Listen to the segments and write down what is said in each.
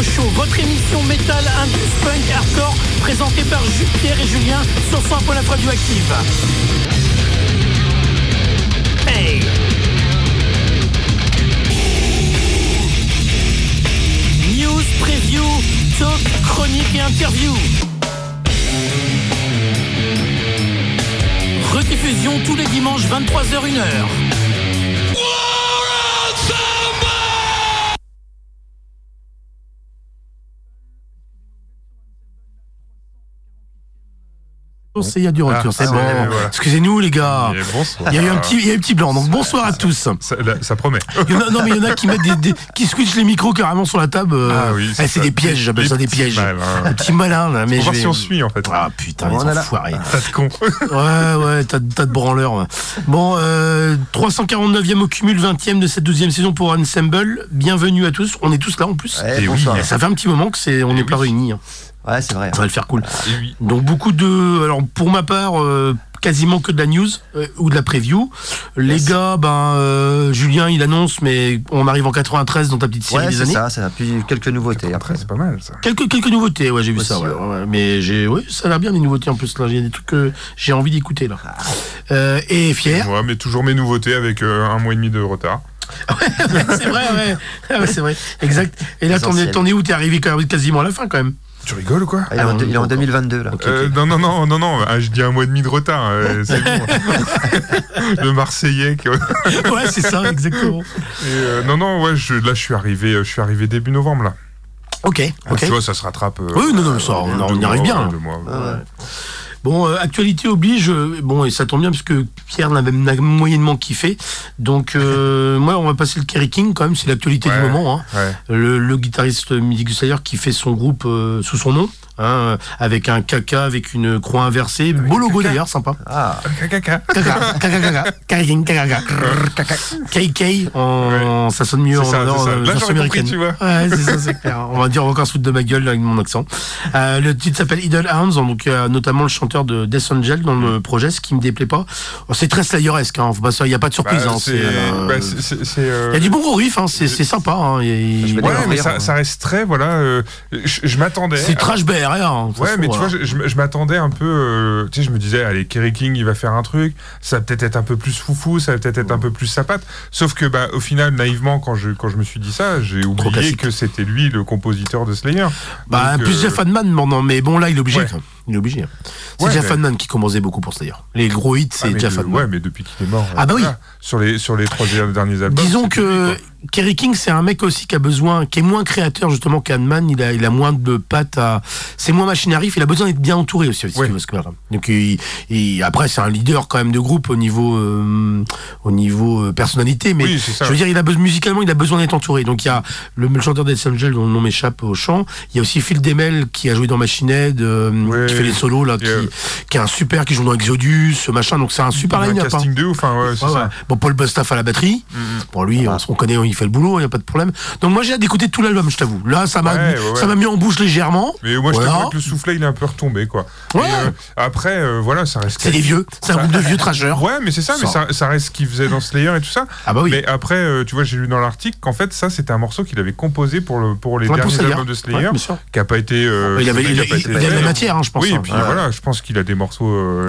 Show, votre émission métal, indus, punk, hardcore, présentée par Pierre et Julien sur 100.9 Radioactive. Hey! News, preview, talk, chronique et interview. Rediffusion tous les dimanches 23h-1h. Il y a du retour, c'est bon. Voilà. Excusez-nous les gars. Il y a eu un petit blanc. Donc bonsoir à tous. Ça promet. Non mais il y en a qui mettent qui switchent les micros carrément sur la table. Oui, c'est des pièges, j'appelle ça des pièges. Un petit malin là. Mais voir si on suit en fait. Ah putain, les enfoirés. T'as de con. Ouais, t'as de branleurs. Bon, 349e au cumul, 20e de cette 12e saison pour Ensemble. Bienvenue à tous. On est tous là en plus. Et bonsoir. Ça fait un petit moment que on n'est pas réunis. Ouais, c'est vrai. Ça va le faire cool. Oui. Donc beaucoup de... Alors pour ma part, quasiment que de la news ou de la preview. Les gars, Julien il annonce, mais on arrive en 93 dans ta petite série des années. Ça a pu quelques nouveautés. Après, c'est pas mal ça. Quelques nouveautés, ouais, j'ai vu ça. Ouais. Mais ça a l'air bien les nouveautés en plus. Là, il y a des trucs que j'ai envie d'écouter là. Et fier. Ouais, mais toujours mes nouveautés avec un mois et demi de retard. C'est vrai, ouais. C'est vrai, exact. Et là, t'en es où? T'es arrivé quasiment à la fin quand même. Tu rigoles ou quoi? Il est en 2022 là. Okay. Non, je dis un mois et demi de retard, c'est bon. Le Marseillais. Ouais, c'est ça, exactement. Et, là je suis arrivé début novembre là. Ok. Tu vois, ça se rattrape. Oui, non, ça, on y arrive bien. Bon, actualité oblige, et ça tombe bien parce que Pierre l'a même moyennement kiffé. Donc, moi, on va passer le Kerry King quand même, c'est l'actualité du moment. Le guitariste Mick Slayer qui fait son groupe sous son nom. Avec un caca, avec une croix inversée, beau logo d'ailleurs, sympa. Caca. KK, ça sonne mieux en version américaine. Tu vois. Ouais, c'est ça, c'est clair. On va dire encore se foutre de ma gueule avec mon accent. Le titre s'appelle Idle Hounds, donc notamment le chanteur de Death Angel dans le projet, ce qui me déplaît pas. C'est très Slayeresque, il n'y a pas de surprise. Il y a du bon gros riff, c'est sympa. Mais ça reste très, je m'attendais. C'est trash BR. Mais tu vois, je m'attendais un peu. Je me disais, allez, Kerry King, il va faire un truc. Ça va peut-être être un peu plus foufou, ça va peut-être être un peu plus sa patte. Sauf que, au final, naïvement, quand je me suis dit ça, j'ai oublié que c'était lui le compositeur de Slayer. Plus Jeff Hanneman, mais bon, là, il est obligé. Ouais. Il est obligé. C'est Jeff Hanneman qui composait beaucoup pour Slayer. Les gros hits, c'est Jeff Hanneman. Ouais, mais depuis qu'il est mort. Oui. Sur les 3 derniers albums. Disons que Kerry King, c'est un mec aussi qui est moins créateur justement qu'Hanneman. Il a moins de pattes c'est moins machinarif. Il a besoin d'être bien entouré aussi. Donc après, c'est un leader quand même de groupe au niveau personnalité. Mais je veux dire, musicalement, il a besoin d'être entouré. Donc il y a le chanteur Death Angel dont le nom m'échappe au chant. Il y a aussi Phil Demel qui a joué dans Machine Head, qui fait les solos là, qui est un super, qui joue dans Exodus, machin. Donc c'est un super line-up. Un casting de ouf. C'est ça. Bon, Paul Bostaph à la batterie. Bon, lui, on connaît, il fait le boulot, il n'y a pas de problème. Donc moi, j'ai hâte d'écouter tout l'album, je t'avoue. Là, ça m'a mis en bouche légèrement. Mais moi, je t'avoue que le soufflet, il est un peu retombé, quoi. Ouais. Et, après, ça reste. C'est des vieux. C'est un groupe de vieux trashers. Ouais, mais c'est ça. Mais ça reste ce qu'il faisait dans Slayer et tout ça. Oui. Mais après, tu vois, j'ai lu dans l'article qu'en fait, ça, c'était un morceau qu'il avait composé pour les derniers albums de Slayer, qui a pas été. Il avait de la matière, je pense. Oui, et puis je pense qu'il a des morceaux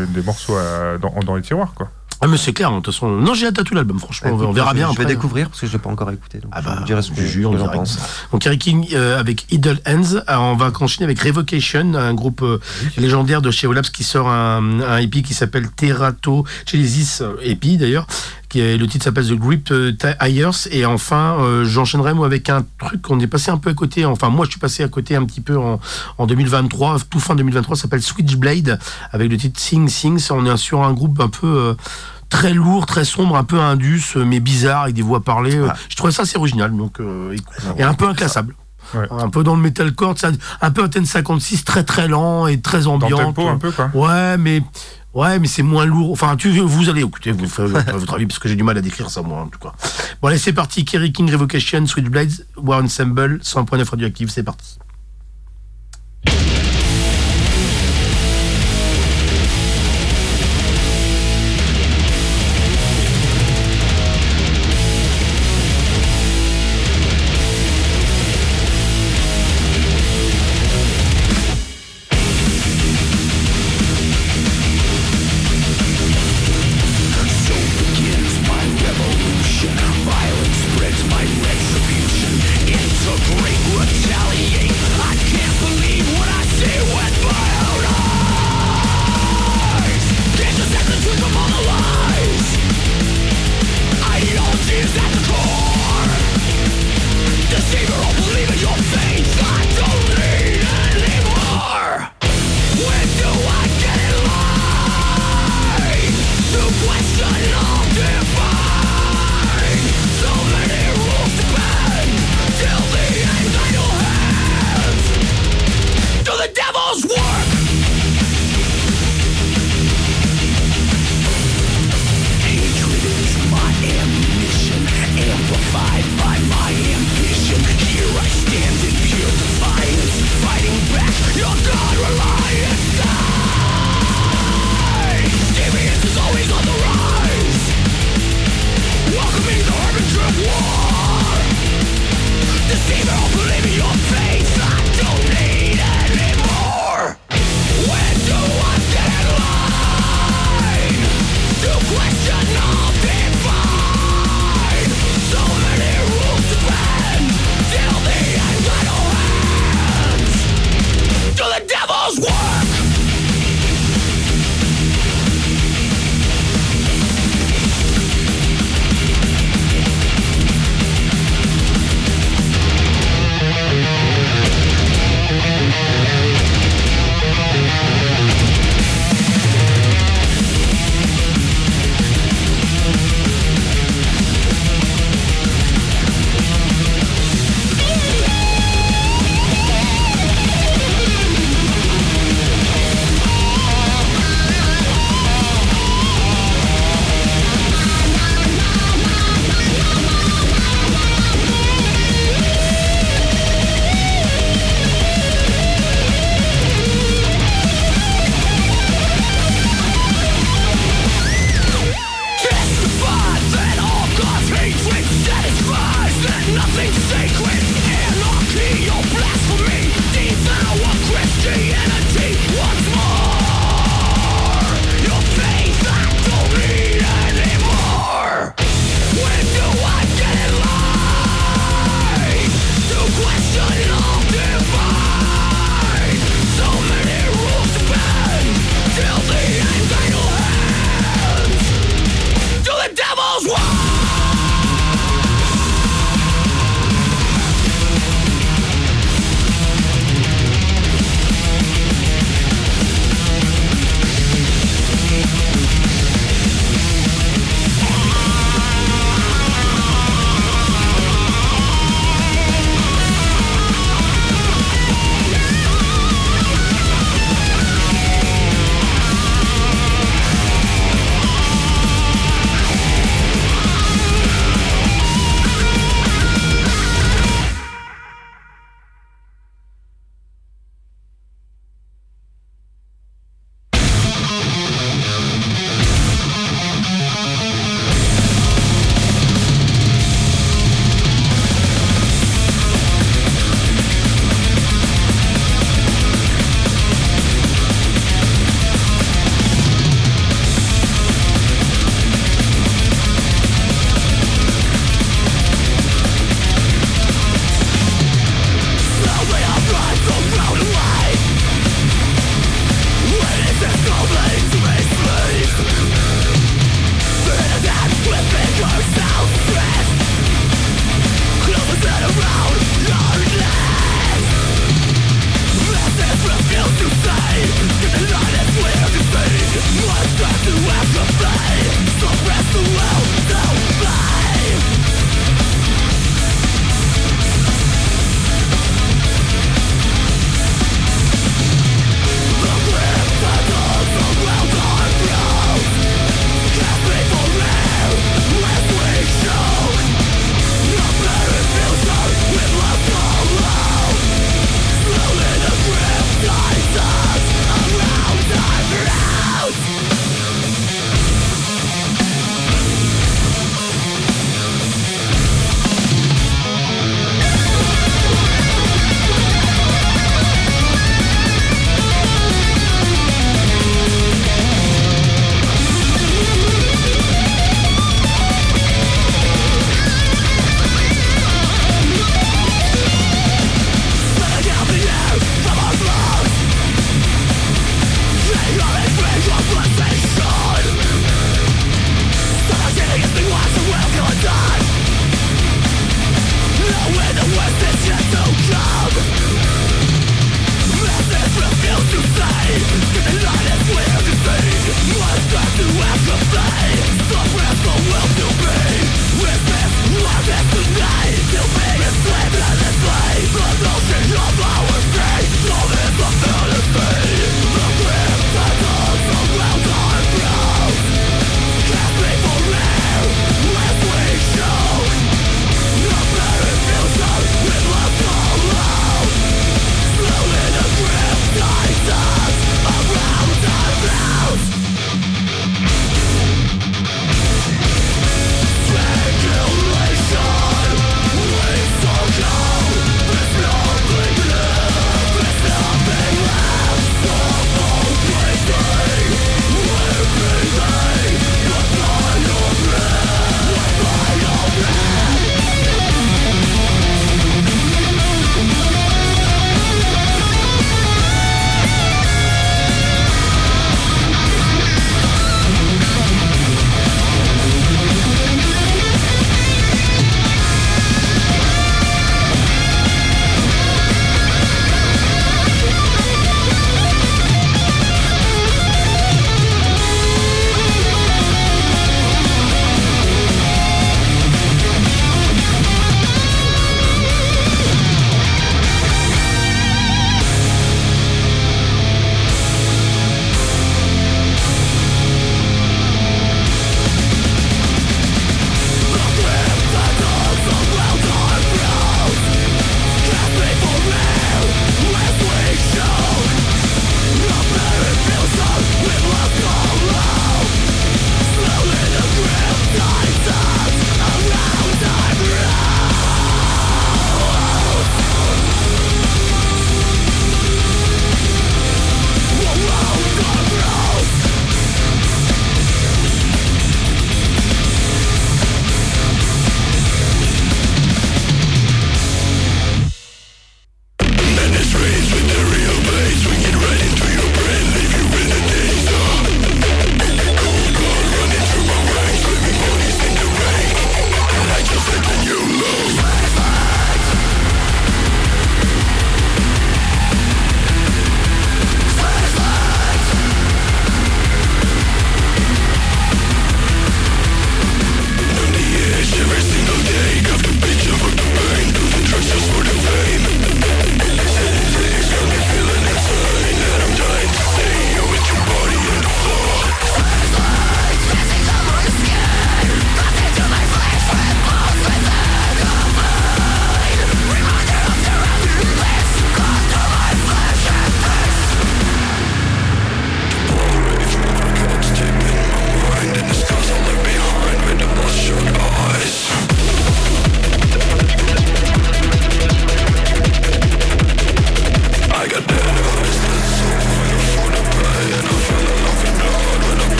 dans les tiroirs, quoi. Mais c'est clair, de toute façon. Non, j'ai hâte à tout l'album, franchement. On verra bien. Je vais découvrir parce que je l'ai pas encore écouté. Donc je dirai ce que j'en pense. Donc Kerry King avec Idle Hands. On va enchaîner avec Revocation, un groupe légendaire de chez Olabs qui sort un EP qui s'appelle Terato Genesis EP d'ailleurs. Le titre s'appelle The Grip Hires. Et enfin, j'enchaînerai moi avec un truc qu'on est passé un peu à côté. Enfin, moi, je suis passé à côté un petit peu en 2023, tout fin 2023. Ça s'appelle Switchblade avec le titre Sing Sing. On est sur un groupe un peu très lourd, très sombre, un peu indus, mais bizarre, avec des voix parlées. Je trouvais ça assez original, donc et un peu inclassable. Ouais. Un peu dans le metalcore, un peu un Ten 56, très très lent et très ambiant. Dans le tempo un peu, quoi. Ouais, mais c'est moins lourd. Enfin, vous allez écouter, vous faites votre avis, parce que j'ai du mal à décrire ça, moi, en tout cas. Bon, allez, c'est parti. Kerry King, Revocation, Switchblade, War Ensemble, 100.9 Radioactive, c'est parti.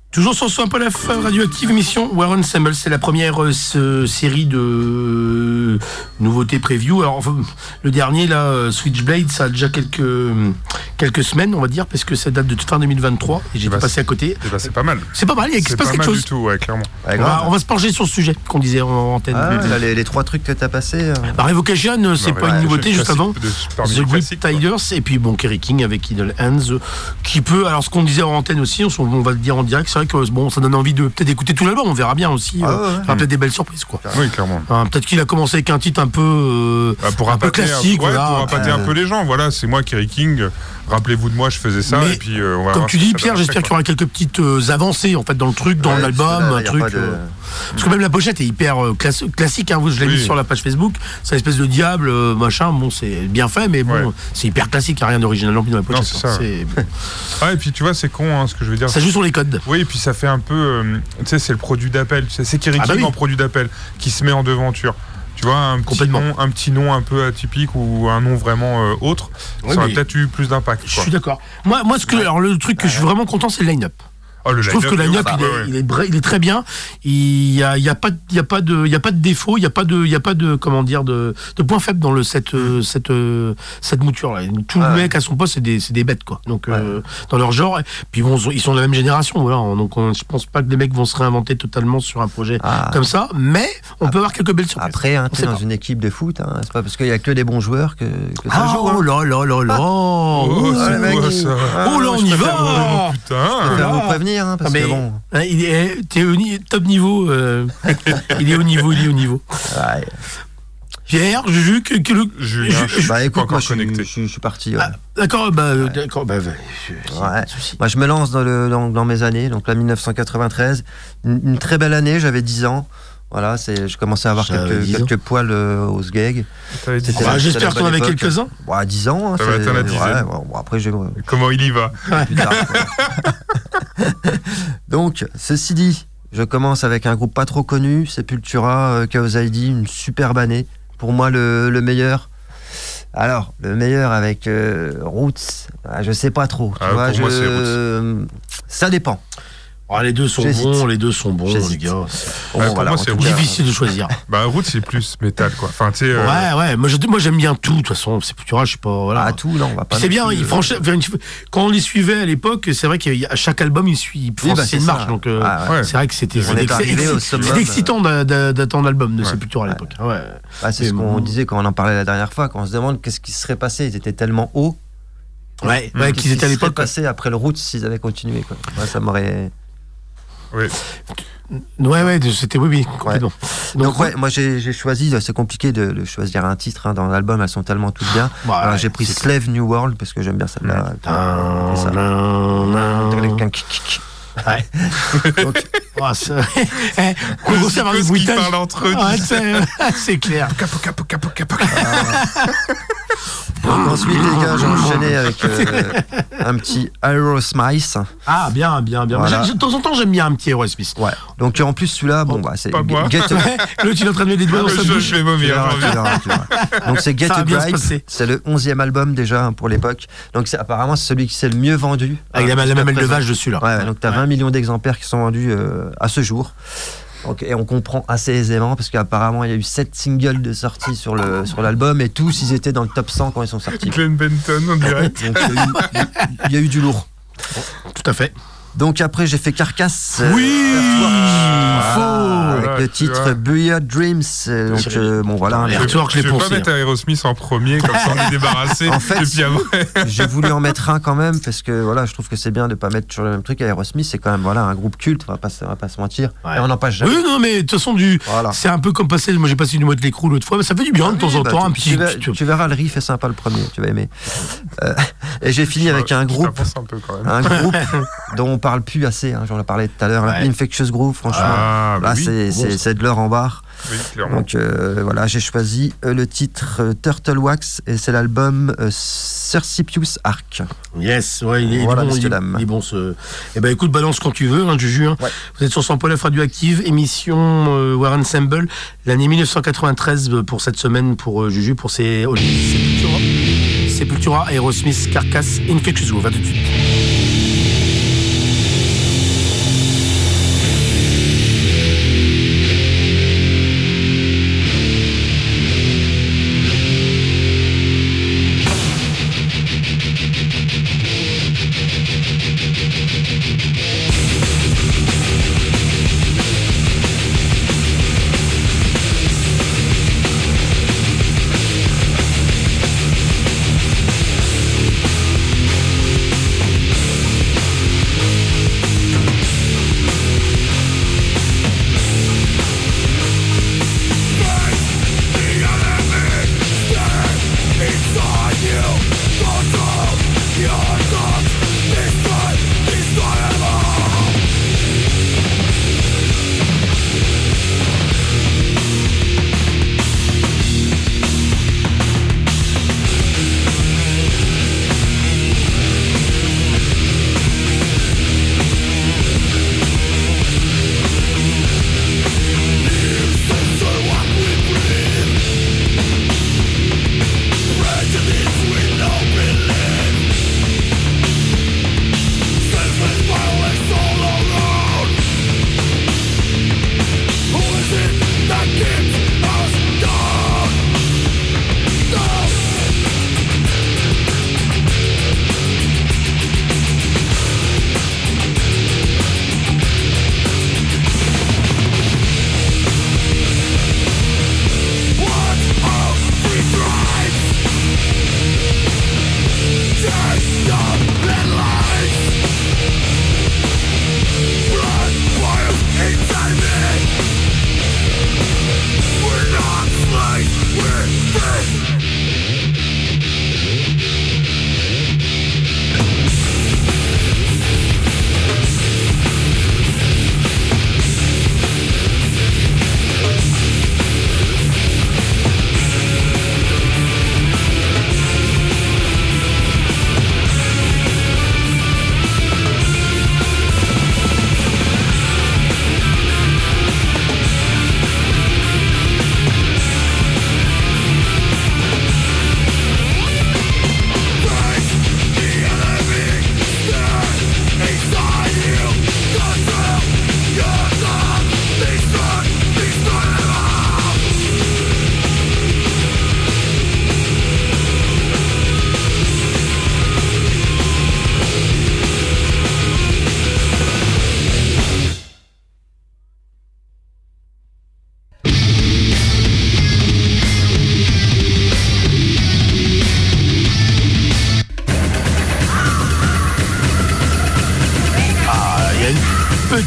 Toujours sur son Paul F Radioactive, émission War Ensemble. C'est la première série de nouveautés preview. Alors, enfin, le dernier, là, Switchblade, ça a déjà quelques semaines, on va dire, parce que ça date de fin 2023 et j'étais passé à côté. Et c'est pas mal. C'est pas mal, il se passe quelque chose. Du tout, ouais, clairement. Ouais, on va se pencher sur ce sujet qu'on disait en antenne. Là, les 3 trucs que t'as passés. Revocation, c'est pas une nouveauté, juste avant. The Great Tiders, et puis bon, Kerry King avec Idle Hands, qui peut. Alors, ce qu'on disait en antenne aussi, on va le dire en direct, c'est vrai que bon, ça donne envie de peut-être écouter tout l'album, on verra bien aussi. Il y aura peut-être des belles surprises, quoi. Oui, clairement. Peut-être qu'il a commencé avec un titre un peu classique, pour appâter un peu les gens. Voilà, c'est moi, Kerry King. Rappelez-vous de moi, je faisais ça. Mais, et puis, on va comme tu dis, Pierre, j'espère qu'il y aura quelques petites avancées en fait dans le truc, dans l'album, un truc. Parce que même la pochette est hyper classique. Hein, je l'ai mis sur la page Facebook. C'est une espèce de diable, machin. Bon, c'est bien fait, mais bon, c'est hyper classique. Il n'y a rien d'original non plus dans la pochette. Non, c'est ça. Et puis tu vois, c'est con, ce que je veux dire. Ça joue sur les codes. Oui, et puis ça fait un peu, tu sais, c'est le produit d'appel. C'est Kerry King en produit d'appel qui se met en devanture. Tu vois, un petit nom un peu atypique ou un nom vraiment autre, ça aurait peut-être eu plus d'impact. Je suis d'accord. Moi, alors, le truc que je suis vraiment content, c'est le line-up. Je trouve que le line-up, il est très bien. Il y a pas de défaut, il y a pas de comment dire de point faible dans cette mouture là. Tous les mecs à son poste, c'est des bêtes, quoi. Donc dans leur genre, puis ils sont de la même génération, voilà. Donc je pense pas que les mecs vont se réinventer totalement sur un projet comme ça, mais on peut avoir quelques belles surprises. Après, t'es dans une équipe de foot, c'est pas parce qu'il y a que des bons joueurs que ça joue. Oh là là là là. Oh là, on y va. Putain. Vous prévenir. Parce que bon. T'es top niveau. Il est au niveau. Ouais. Pierre, Juju, écoute, moi je suis parti. D'accord, Moi je me lance dans mes années, donc là 1993, une très belle année, j'avais 10 ans. Voilà, je commençais à avoir quelques poils au sgeg. J'espère qu'on avait quelques-uns. 10 ans. Après, comment il y va plus tard, Donc, ceci dit, je commence avec un groupe pas trop connu, Sepultura, Chaos ID, une superbe année. Pour moi, le meilleur. Alors, le meilleur avec Roots, je sais pas trop. Pour moi, c'est Roots. Ça dépend. Les deux sont bons, les gars. C'est difficile de choisir. Roots, c'est plus métal, quoi. Enfin, tu sais. Ouais. Moi, j'aime bien tout. De toute façon, Sepultura, je sais pas. Voilà. Tout, non, on va pas. C'est bien. Quand on les suivait à l'époque, c'est vrai qu'à chaque album, c'est une marche. Donc, c'est vrai que c'était excitant d'attendre l'album de Sepultura à l'époque. C'est ce qu'on disait quand on en parlait la dernière fois, quand on se demande qu'est-ce qui serait passé. Ils étaient tellement hauts. Qu'ils étaient à l'époque. Passé après le Roots s'ils avaient continué, quoi. Ça m'aurait. Oui. C'était complètement. Donc moi j'ai choisi, c'est compliqué de choisir un titre dans l'album, elles sont tellement toutes bien. Alors j'ai pris Slave New World parce que j'aime bien celle-là. Ils parlent entre eux. C'est clair. Donc ensuite les gars, j'ai enchaîné avec un petit Aerosmith. Bien. Voilà. De temps en temps j'aime bien un petit Aerosmith. Donc en plus celui-là, c'est L'autre il est en train de mettre des doigts dans sa bouche. Je vais vomir. Donc c'est Get a Grip. C'est le 11e album déjà pour l'époque. Donc apparemment c'est celui qui s'est le mieux vendu. Avec la mamelle de vache dessus là. Donc t'as 20 millions d'exemplaires qui sont vendus à ce jour. Donc, et on comprend assez aisément parce qu'apparemment il y a eu 7 singles de sortie sur l'album et tous ils étaient dans le top 100 quand ils sont sortis. Glenn Benton en direct. Donc il y a eu du lourd. Tout à fait. Donc après j'ai fait Carcass. Avec le titre Buried Dreams. Donc L'artwork, je vais pas mettre Aerosmith en premier, comme ça on est débarrassé. En fait, et puis après... j'ai voulu en mettre un quand même parce que je trouve que c'est bien de pas mettre sur le même truc. Aerosmith, c'est quand même un groupe culte, on va pas se mentir. Et on n'en passe jamais. Oui, non, mais de toute façon c'est un peu comme passer. Moi j'ai passé une Motley Crue l'autre fois, mais ça fait du bien de temps en temps. Tu verras, le riff est sympa le premier, tu vas aimer. Et j'ai fini avec un groupe dont on parle plus assez. J'en ai parlé tout à l'heure. Infectious Groove, franchement. C'est de l'or en barre. Oui, clairement. Donc j'ai choisi le titre Turtle Wax et c'est l'album Cercipius Arc. Yes, il est bon ce. Écoute, balance quand tu veux, Juju. Vous êtes sur Sample F Radioactive, émission War Ensemble, l'année 1993 pour cette semaine pour Juju, pour ses Sepultura, Aerosmith, Carcass, Infectious Groove. À tout de suite.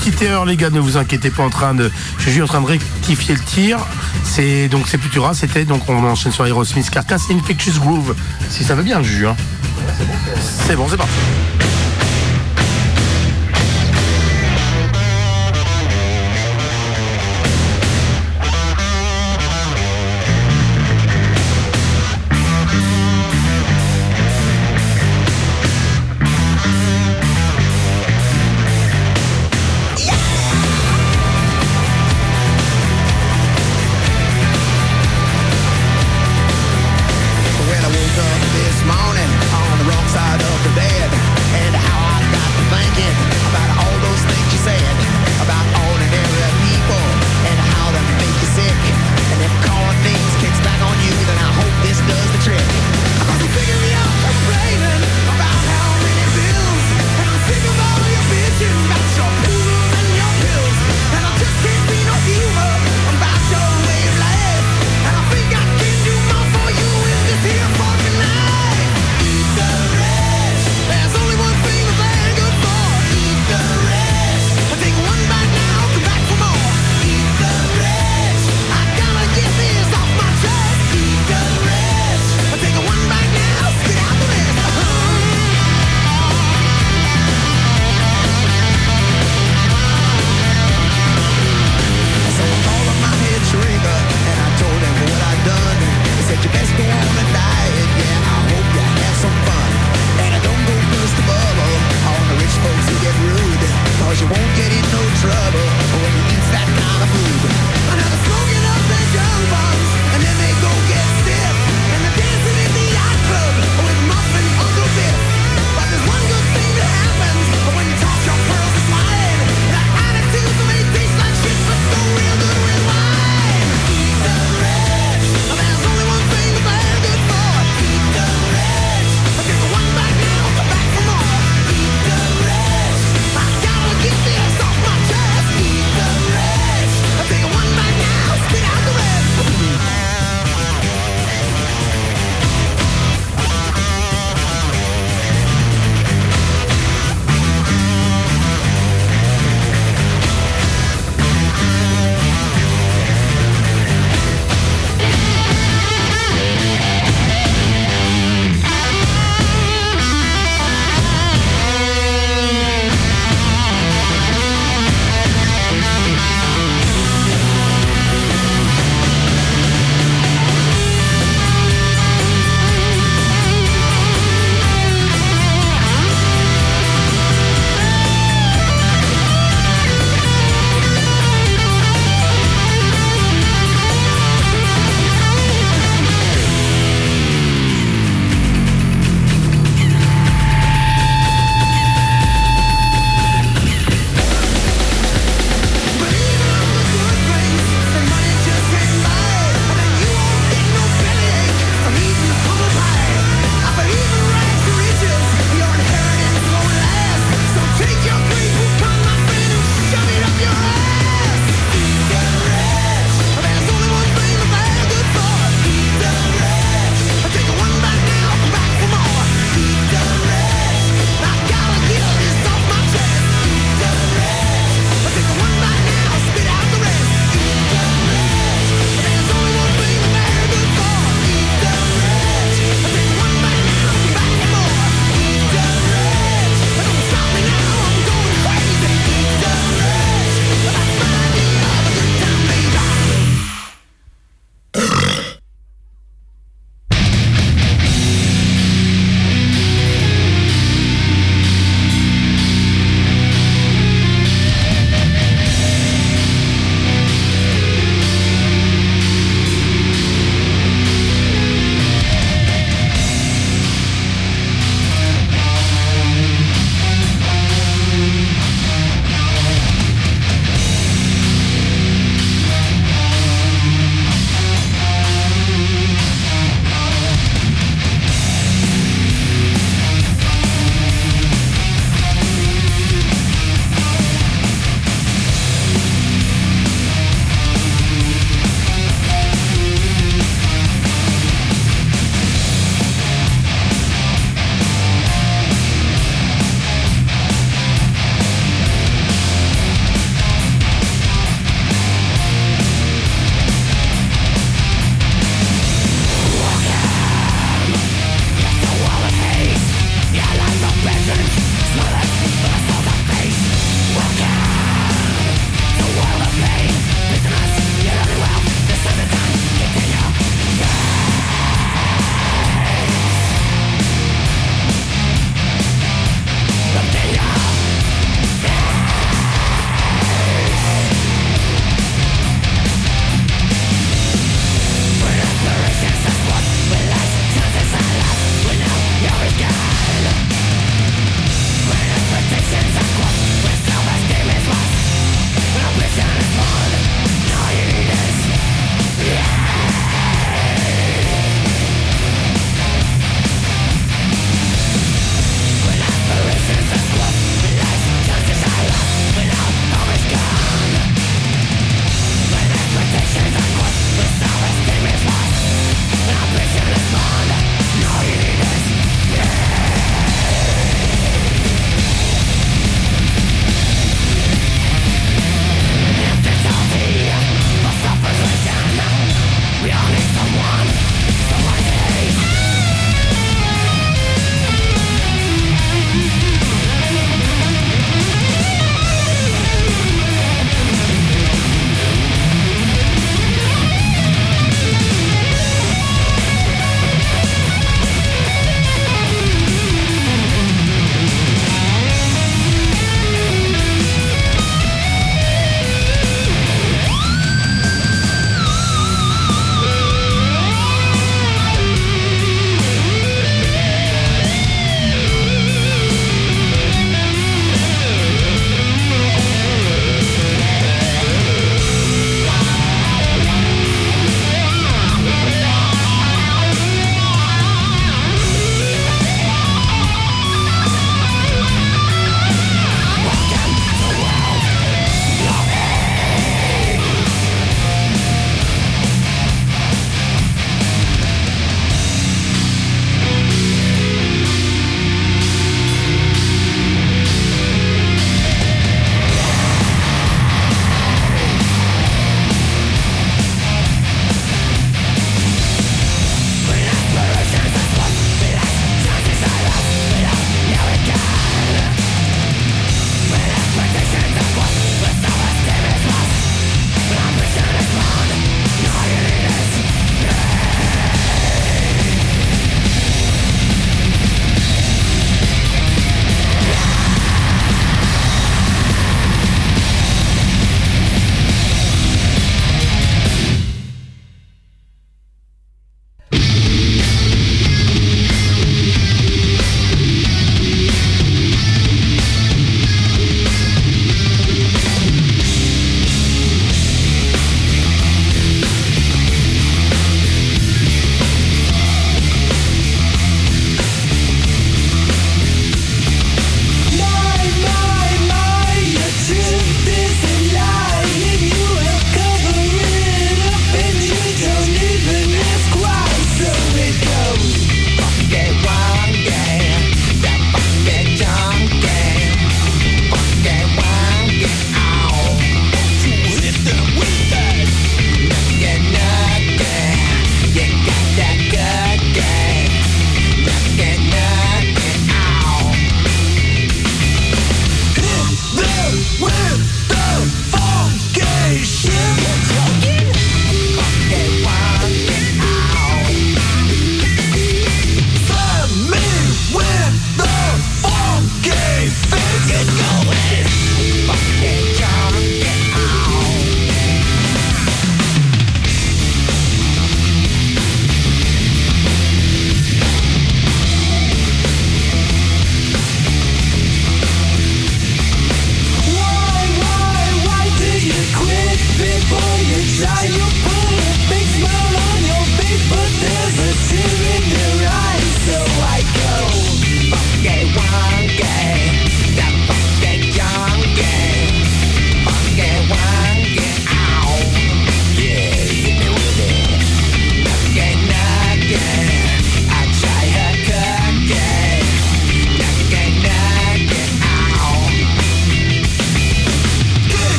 petite erreur, les gars, ne vous inquiétez pas, je suis en train de rectifier le tir. C'est Sepultura, on enchaîne sur Aerosmith, Carcass, Infectious Groove. Si ça va bien, Juju. Hein. C'est bon, c'est parti. Morning on the wrong side of the bed.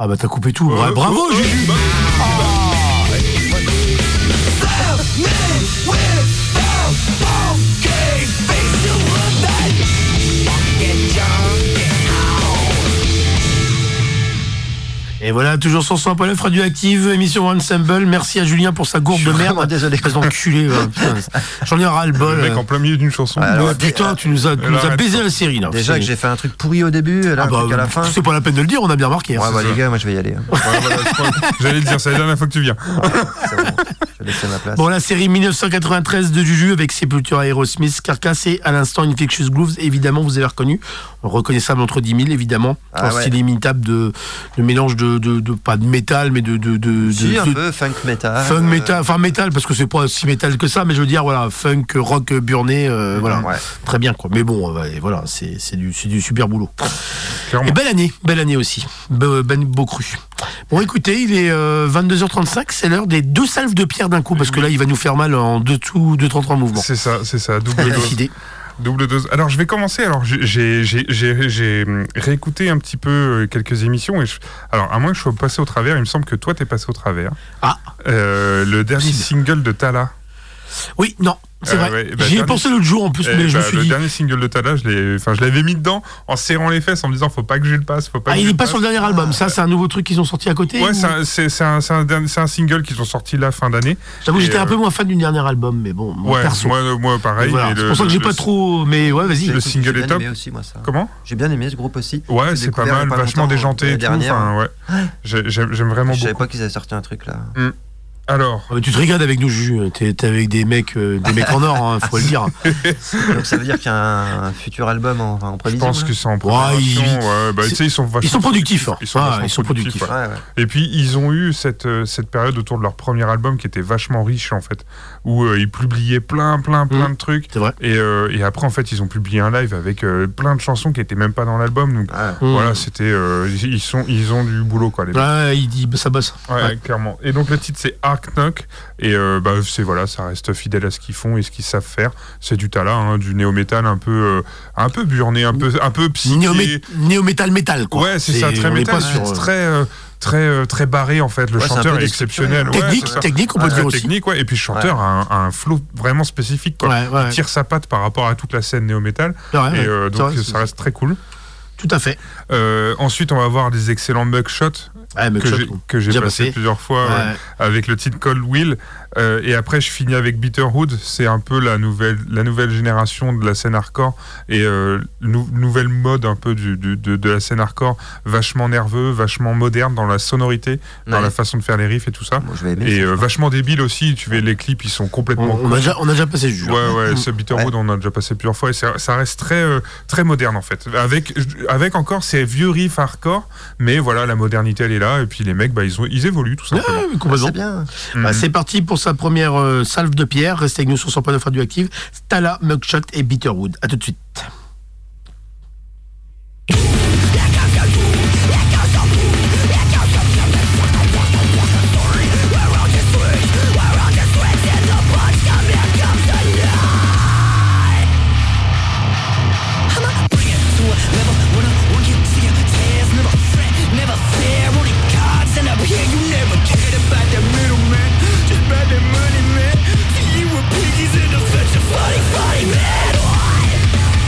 Ah bah t'as coupé tout. Bravo, Juju. Et voilà, toujours sur 100.9 Radioactive, émission Ensemble. Merci à Julien pour sa gourde de merde. Désolé. Espèce d'enculé. J'en ai ras le bol. Le mec en plein milieu d'une chanson. Putain, tu nous as baisé la série là. Déjà que j'ai fait un truc pourri au début, là, à la fin. C'est pas la peine de le dire, on a bien remarqué. Ouais, les gars, moi je vais y aller. J'allais te dire, c'est la dernière fois que tu viens. C'est bon, je vais laisser ma place. Bon, la série 1993 de Juju avec Sepultura, Aerosmith, Carcass et à l'instant Infectious Grooves, évidemment, vous avez reconnu. Reconnaissable entre 10 000, évidemment. Un style imitable de mélange de pas de métal, mais si, un peu funk métal. Funk métal, enfin métal, parce que c'est pas si métal que ça, mais je veux dire, voilà, funk, rock burné, voilà. Ouais. Très bien, quoi. Mais bon, voilà, c'est du super boulot. Clairement. Et belle année aussi. Beau cru. Bon, écoutez, il est 22h35, c'est l'heure des 2 salves de pierre d'un coup, parce que là, il va nous faire mal en 2-33 mouvements. C'est ça, double dose. Double dose. Alors, je vais commencer. Alors, j'ai réécouté un petit peu quelques émissions. Alors, à moins que je sois passé au travers, il me semble que toi, t'es passé au travers. Ah. Le dernier single de Talla. Oui, non. C'est vrai. J'y ai pensé l'autre jour en plus, mais je me suis dit. Le dernier single de Talla, je l'avais mis dedans en serrant les fesses en me disant faut pas que je le passe. Il est pas sur le dernier album. Ça, c'est un nouveau truc qu'ils ont sorti à côté. Ouais, c'est un single qu'ils ont sorti la fin d'année. J'avoue, j'étais un peu moins fan du dernier album, mais bon, perso. Moi pareil. Voilà, c'est pour ça que j'ai pas trop. Mais ouais, vas-y. Le single est top. Aussi, moi, ça. Comment ? J'ai bien aimé ce groupe aussi. Ouais, c'est pas mal, vachement déjanté. J'aime vraiment beaucoup. Je savais pas qu'ils avaient sorti un truc là. Alors, tu te régales avec nous, Juju. T'es avec des mecs en or, faut le dire. Donc ça veut dire qu'il y a un futur album en prévision. Je pense que c'est en préparation. Ils sont productifs. Ils sont productifs. Ouais. Et puis ils ont eu cette période autour de leur premier album qui était vachement riche en fait, où ils publiaient plein de trucs. C'est vrai. Et après en fait ils ont publié un live avec plein de chansons qui étaient même pas dans l'album. Donc voilà, c'était ils ont du boulot quoi. Il dit ça bosse. Ouais, clairement. Et donc le titre c'est Knock et ça reste fidèle à ce qu'ils font et ce qu'ils savent faire. C'est du Talla, du néo-métal un peu burné, un peu psyché. Néo-métal quoi. Ouais, c'est ça, très métal, très barré en fait. Le chanteur est exceptionnel. Technique, on peut dire aussi. Technique, ouais. Et puis le chanteur a un flow vraiment spécifique quoi. Il tire sa patte par rapport à toute la scène néo-métal et donc ça reste très cool. Tout à fait. Ensuite, on va voir des excellents mugshots que j'ai passé plusieurs fois avec le titre Cold Will. Et après, je finis avec Bitterhood. C'est un peu la nouvelle génération de la scène hardcore et nouvelle mode un peu de la scène hardcore, vachement nerveux, vachement moderne dans la sonorité, dans la façon de faire les riffs et tout ça. Moi, je vais aimer vachement débile aussi. Tu vois, les clips, ils sont complètement. On a déjà passé le jeu. Ouais, ce Bitterhood, on a déjà passé plusieurs fois et ça reste très moderne en fait. Avec encore ces vieux riffs hardcore, mais voilà, la modernité elle est là et puis les mecs ils évoluent tout simplement. Complètement. C'est bien. C'est parti pour sa première salve de pierre. Restez avec nous sur 100.9 Radioactive. Talla, Mugshot et Bitterwood. À tout de suite. Funny man.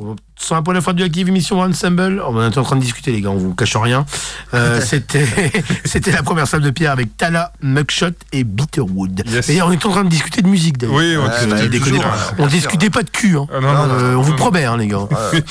Sur un point d'info radioactive, émission Ensemble, on est en train de discuter les gars, on vous cache rien. C'était la première salle de pierre avec Tala, Mugshot et Bitterwood. Yes. Et on est en train de discuter de musique d'ailleurs. Oui, on Déconnez pas. On discutait pas de cul. Hein. On vous promet les gars.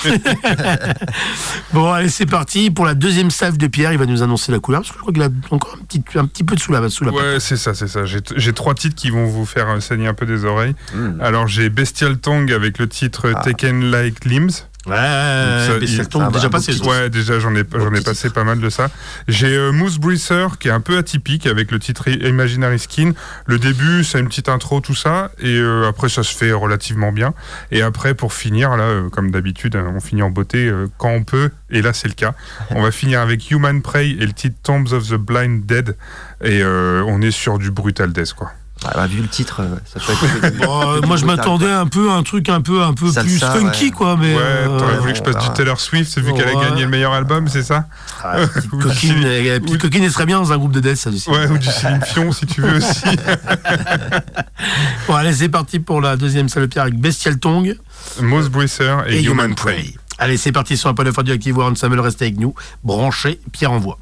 Bon allez c'est parti pour la deuxième salve de pierre. Il va nous annoncer la couleur parce que je crois qu'il a encore un petit peu de sous la ouais, c'est ça. J'ai 3 titres qui vont vous faire saigner un peu des oreilles. Alors j'ai Bestial Tongue avec le titre Taken Like Limbs. Ouais, Bestial Tongue déjà passé. Ouais, déjà j'en ai passé pas mal de ça. J'ai Moose Breather qui est un peu atypique avec le titre Imaginary Skin. Le début, c'est une petite intro, tout ça, et après ça se fait relativement bien. Et après, pour finir, là, comme d'habitude, on finit en beauté quand on peut, et là c'est le cas. On va finir avec Human Prey et le titre Tombs of the Blind Dead, et on est sur du brutal death, quoi. Vu le titre, ça peut être. Moi, je m'attendais un peu à un truc un peu Salsa, plus funky, quoi. Mais t'aurais voulu que je passe du Taylor Swift vu qu'elle a gagné le meilleur album, c'est ça? Petite coquine, elle serait bien dans un groupe de death, ça aussi. Ouais, ou du Céline Fion, si tu veux aussi. Bon, allez, c'est parti pour la deuxième salle de pierre avec Bestial Tongue, Moose Breather et Human Prey. Allez, c'est parti sur un point de radioactive. Warren Samuel, restez avec nous. Branchez, Pierre envoie.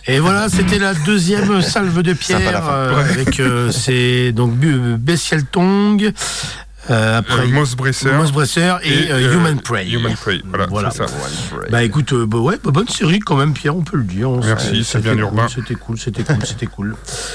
Et voilà, c'était la deuxième salve de pierre avec c'est donc Bestial Tongue. Après Mossbreaker et Human Prey. Human Prey, voilà. C'est ça. Bah écoute, bonne série quand même, Pierre, on peut le dire. Merci, c'est bien urbain. C'était cool.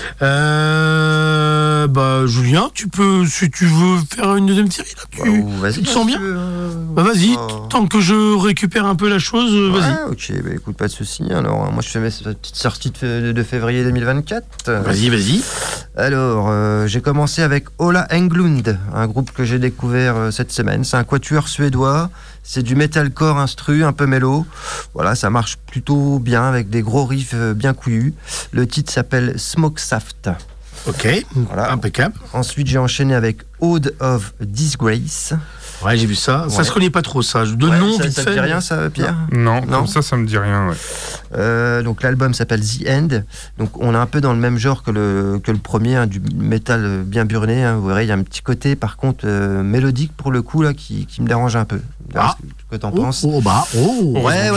Julien, tu peux, si tu veux faire une deuxième série, là, tu te sens bien vas-y, tant que je récupère un peu la chose, vas-y. Ok, écoute, pas de souci. Alors, moi, je fais ma petite sortie de février 2024. Vas-y. Alors, j'ai commencé avec Ola Englund, un groupe que j'ai découvert cette semaine. C'est un quatuor suédois. C'est du metalcore instru, un peu mélo. Voilà, ça marche plutôt bien avec des gros riffs bien couillus. Le titre s'appelle Smokesaft. Ok, voilà. Impeccable. Ensuite, j'ai enchaîné avec Ode of Disgrace. Ouais, j'ai vu ça. Ça se connaît pas trop, ça. De nom, vite fait. Ça te dit rien, ça, Pierre ? Non, comme ça me dit rien, ouais. Donc, l'album s'appelle The End. Donc, on est un peu dans le même genre que le premier, hein, du métal bien burné. Hein. Vous verrez, il y a un petit côté, par contre, mélodique, pour le coup, là, qui me dérange un peu. Ce que t'en penses. Ouais,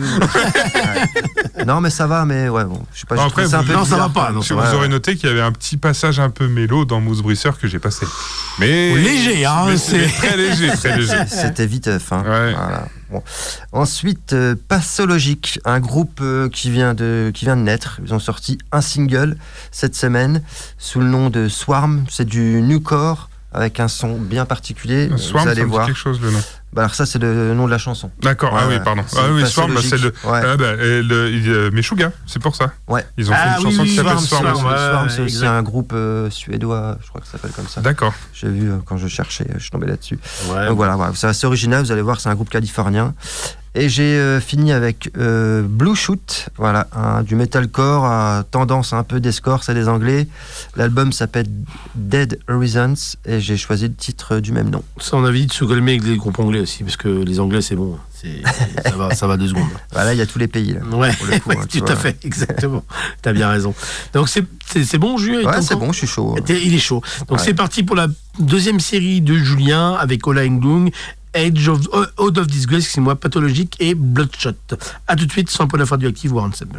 non, mais ça va, mais ouais, bon. Je sais pas, après, ça va pas. Vous aurez noté qu'il y avait un petit passage un peu mélo dans Mossbreaker que j'ai passé. Mais léger, hein. C'est très léger. C'était viteuf, hein. Ouais. Voilà. Bon. Ensuite, Pathologic, un groupe qui vient de naître. Ils ont sorti un single cette semaine sous le nom de Swarm. C'est du newcore avec un son bien particulier. Swarm, vous allez ça me voir. dit quelque chose, le nom. Alors ça, c'est le nom de la chanson. D'accord, pardon. Swarm, c'est le Meshuggah, c'est pour ça. Ouais. Ils ont fait une chanson qui s'appelle Swarm. Swarm, c'est aussi un groupe suédois, je crois que ça s'appelle comme ça. D'accord. J'ai vu quand je cherchais, je suis tombé là-dessus. Ouais, donc voilà, c'est assez original, vous allez voir, c'est un groupe californien. Et j'ai fini avec Blue Shoot, voilà, du metalcore à tendance un peu d'escorts, c'est des Anglais. L'album s'appelle Dead Horizons et j'ai choisi le titre du même nom. Ça, on a vite de se calmer avec les groupes anglais aussi, parce que les Anglais, c'est bon. Ça va 2 secondes. Voilà, il y a tous les pays. Là, ouais, tout à fait, exactement. T'as bien raison. Donc c'est bon, Julien. Ouais, c'est bon, je suis chaud. Il est chaud. Donc c'est parti pour la deuxième série de Julien avec Ola Englund. Ode of Disgrace, excusez-moi, Pathologic et Bloodshot. A tout de suite, sans Paul Radioactive, Warren Ensemble.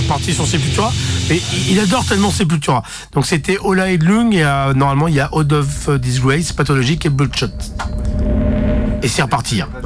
reparti sur Sepultura. Mais il adore tellement Sepultura. Donc c'était Ola Edlung et normalement il y a Out of Disgrace, Pathologic et Bloodshot. Et c'est reparti. Hein.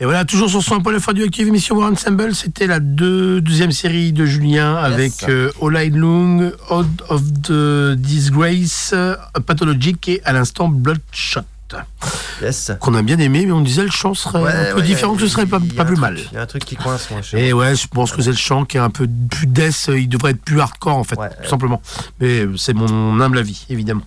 voilà, toujours sur son point radioactive, émission War Ensemble, c'était la deuxième série de Julien avec All I Long, Out of the Disgrace, Pathologic et à l'instant Bloodshot. Yes. Qu'on a bien aimé, mais on disait le chant serait un peu différent, que ce serait pas plus mal. Il y a un truc qui coince, moi. Et ouais, je pense que c'est le chant qui est un peu plus death, il devrait être plus hardcore en fait, tout simplement. Mais c'est mon humble avis, évidemment.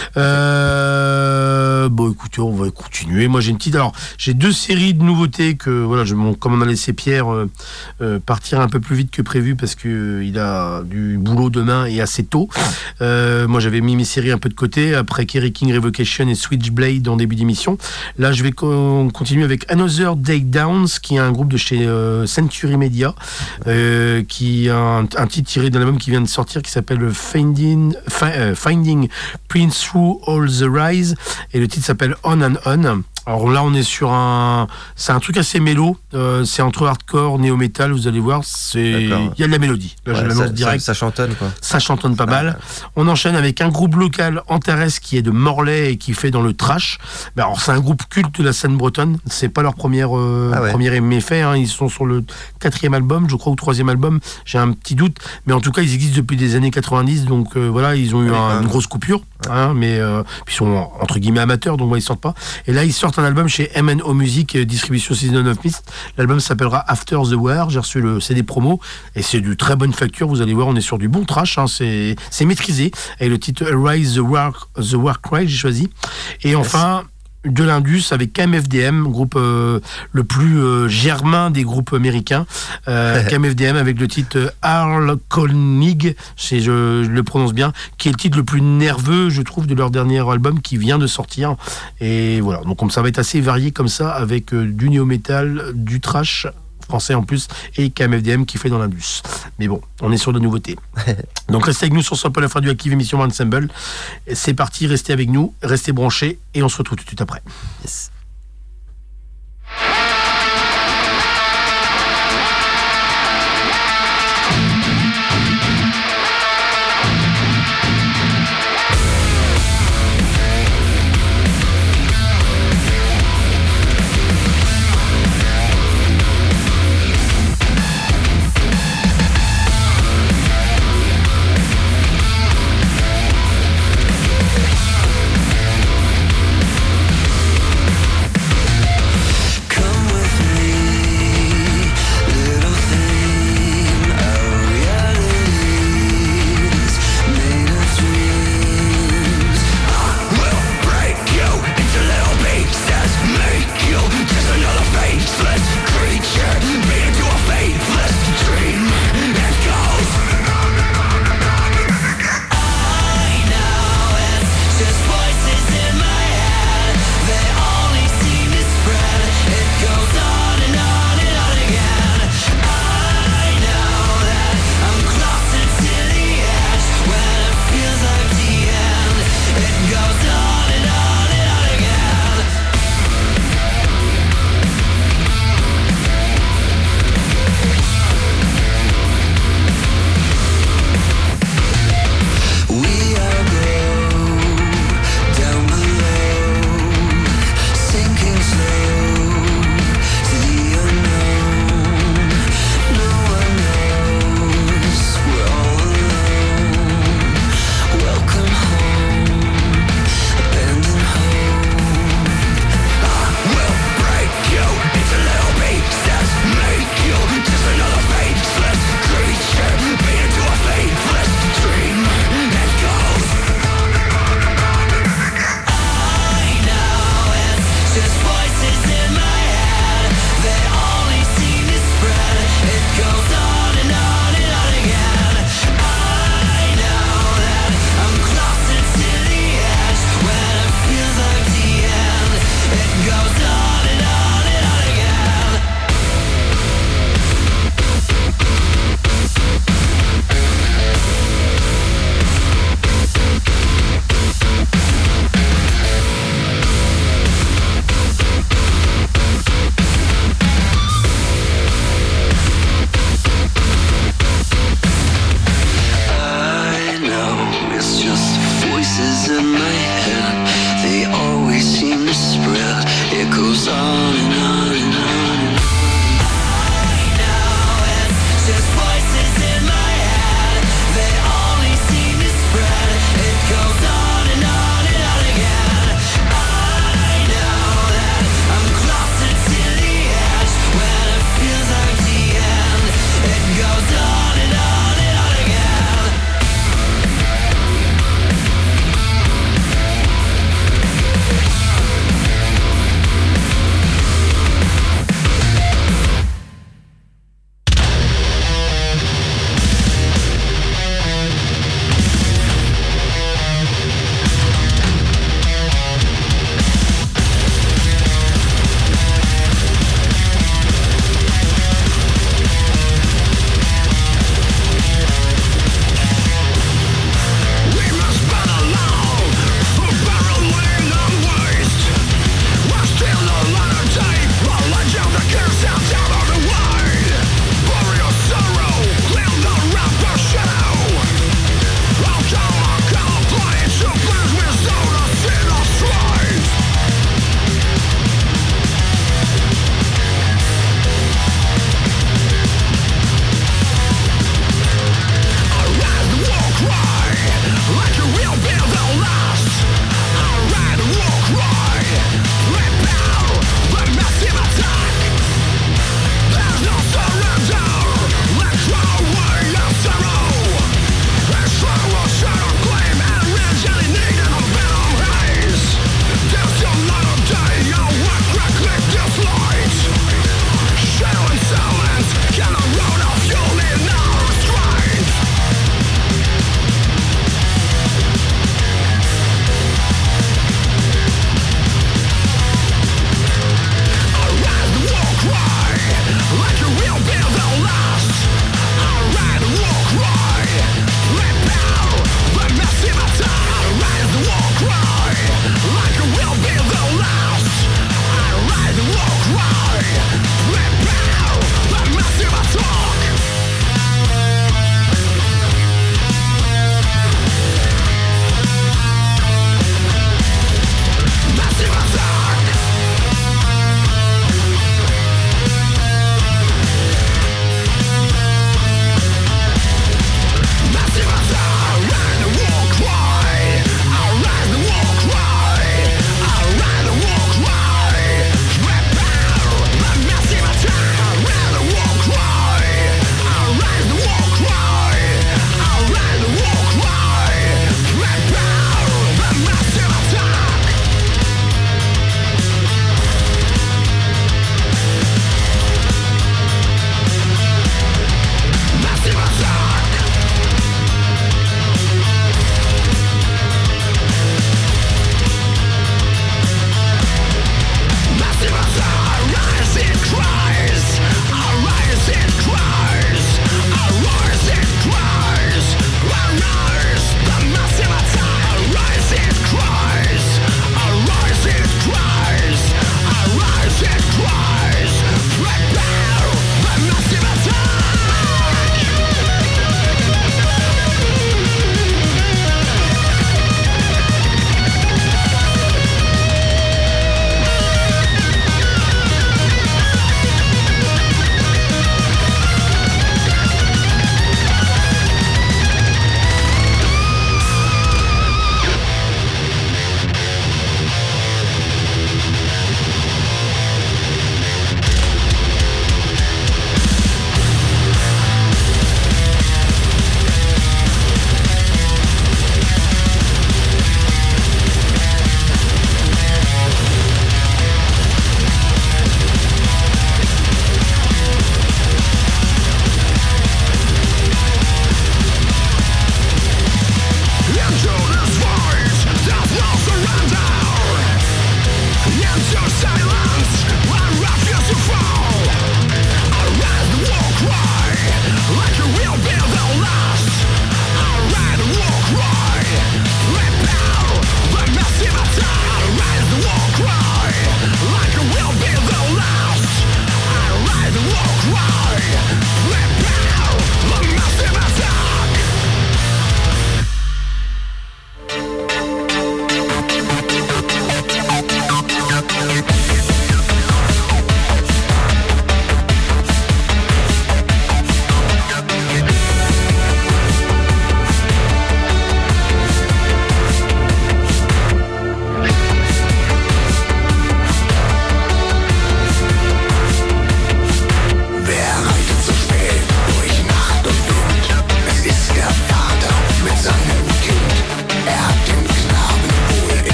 Bon, écoutez, on va continuer. Moi, j'ai deux séries de nouveautés que, voilà, comme on a laissé Pierre partir un peu plus vite que prévu parce que il a du boulot demain et assez tôt. Moi, j'avais mis mes séries un peu de côté après Kerry King, Revocation et Switchblade en début d'émission. Là, je vais continuer avec Another Day Downs, qui est un groupe de chez Century Media, qui a un titre tiré d'un album qui vient de sortir qui s'appelle Finding Prince Through All the Rise, et le titre s'appelle On and On. Alors là, on est sur c'est un truc assez mélo. C'est entre hardcore, néo-metal. Vous allez voir, il y a de la mélodie. Là, je l'annonce direct. Ça chantonne, quoi. Ça chantonne pas mal. On enchaîne avec un groupe local, Antares, qui est de Morlaix et qui fait dans le trash. Alors, c'est un groupe culte de la scène bretonne. C'est pas leur premier méfait. Hein. Ils sont sur le 4e album, je crois, ou 3e album. J'ai un petit doute. Mais en tout cas, ils existent depuis des années 90. Donc voilà, ils ont eu une grosse coupure. Hein, mais ils sont entre guillemets amateurs, donc ils sortent pas. Et là, ils sortent un album chez M&O Music, distribution Season of Mist. L'album s'appellera After the War. J'ai reçu le CD promo et c'est de très bonne facture. Vous allez voir, on est sur du bon trash. Hein, c'est maîtrisé. Et le titre Rise the War Cry, j'ai choisi. Et enfin, de l'Indus avec KMFDM, groupe le plus germain des groupes américains. KMFDM avec le titre Harlkonig, je le prononce bien, qui est le titre le plus nerveux, je trouve, de leur dernier album qui vient de sortir. Et voilà, donc ça va être assez varié comme ça, avec du néo-metal, du trash français en plus, et KMFDM qui fait dans l'Indus. Mais bon, on est sur de nouveautés. Donc restez avec nous sur Sample Radioactive, émission Ensemble. C'est parti, restez avec nous, restez branchés, et on se retrouve tout de suite après. Yes. Come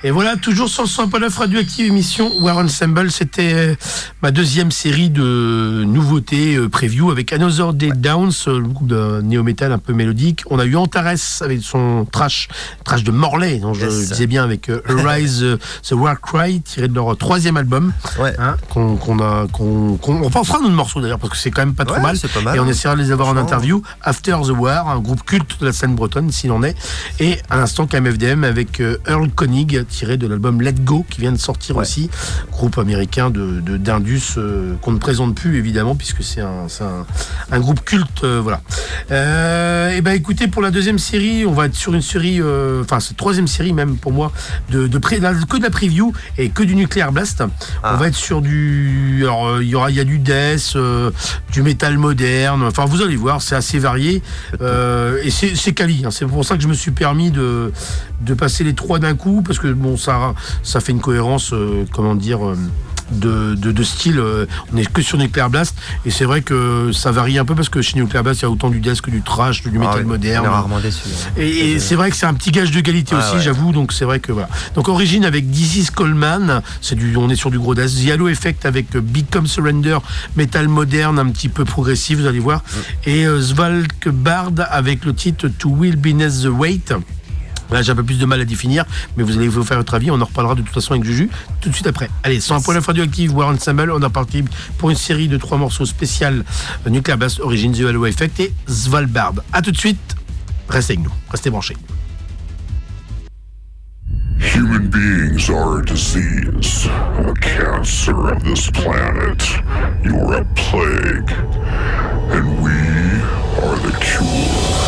Et voilà, toujours sur le 100.9 Radioactive, émission War Ensemble. C'était ma deuxième série de nouveautés preview avec Another Day Downs, le groupe de néo-metal un peu mélodique. On a eu Antares avec son trash de Morlaix, dont je disais bien, avec Arise the War Cry, tiré de leur troisième album. Ouais. Hein, on fera notre morceau d'ailleurs, parce que c'est quand même pas trop mal. C'est pas mal. Et on essaiera de les avoir en interview. After the War, un groupe culte de la scène bretonne, s'il en est. Et à l'instant, KMFDM avec Earl Koenig, tiré de l'album Let Go, qui vient de sortir aussi, groupe américain d'Indus qu'on ne présente plus évidemment, puisque c'est un groupe culte, voilà. Et ben écoutez, pour la deuxième série, on va être sur une série, c'est troisième série même pour moi, que de la preview et que du Nuclear Blast. On va être sur alors il y a du death, du métal moderne, enfin vous allez voir, c'est assez varié, et c'est quali, hein. C'est pour ça que je me suis permis de passer les trois d'un coup, parce que bon, ça fait une cohérence, de style. On n'est que sur Nuclear Blast, et c'est vrai que ça varie un peu, parce que chez Nuclear Blast il y a autant du death que du trash, du métal moderne. On est rarement déçu. Et c'est vrai que c'est un petit gage de qualité aussi, j'avoue. Donc c'est vrai que voilà. Donc Origin avec This is Coleman, on est sur du gros death. The Halo Effect avec Become Surrender, métal moderne, un petit peu progressif, vous allez voir. Et Svalbard avec le titre To Will Beneath the Weight. Là, j'ai un peu plus de mal à définir, mais vous allez vous faire votre avis. On en reparlera de toute façon avec Juju tout de suite après. Allez, 100.9 Radioactive, War Ensemble. On est parti pour une série de 3 morceaux spéciales Nuclear Blast, Origin, The Halo Effect et Svalbard. A tout de suite. Restez avec nous. Restez branchés. Human beings are a disease, a cancer of this planet. You're a plague, and we are the cure.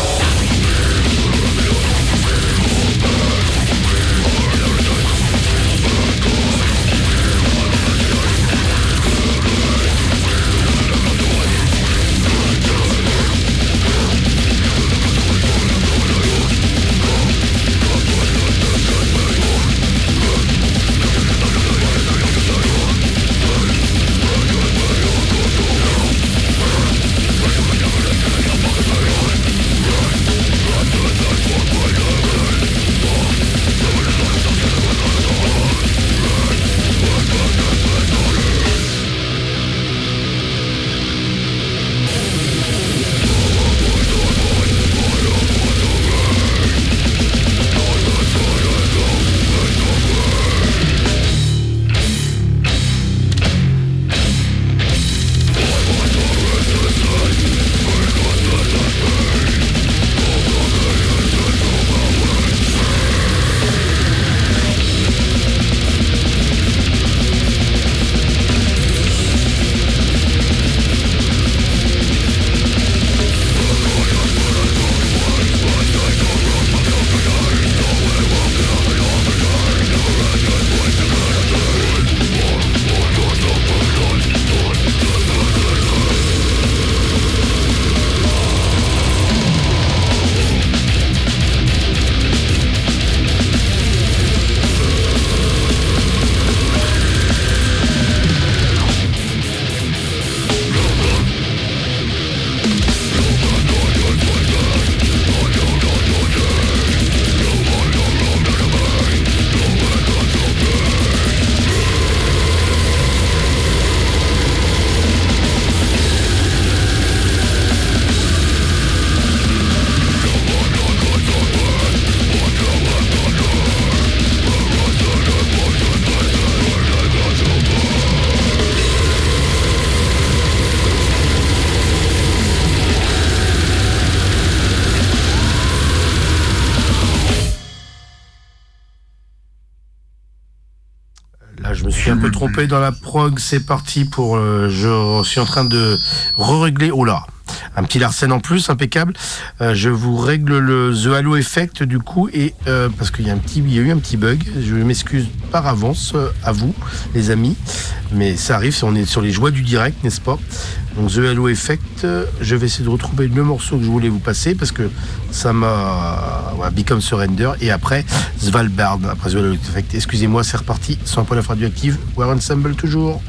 Je me suis un peu trompé dans la prog, c'est parti pour... je suis en train de régler... Oh là, un petit Larsen en plus, impeccable. Je vous règle le The Halo Effect du coup, et parce qu'il y a eu un petit bug. Je m'excuse par avance à vous, les amis. Mais ça arrive, on est sur les joies du direct, n'est-ce pas? Donc The Halo Effect, je vais essayer de retrouver le morceau que je voulais vous passer, parce que ça m'a... Voilà, Become Surrender, et après Svalbard, après The Halo Effect. Excusez-moi, c'est reparti, 100.9 Radioactive, War Ensemble toujours.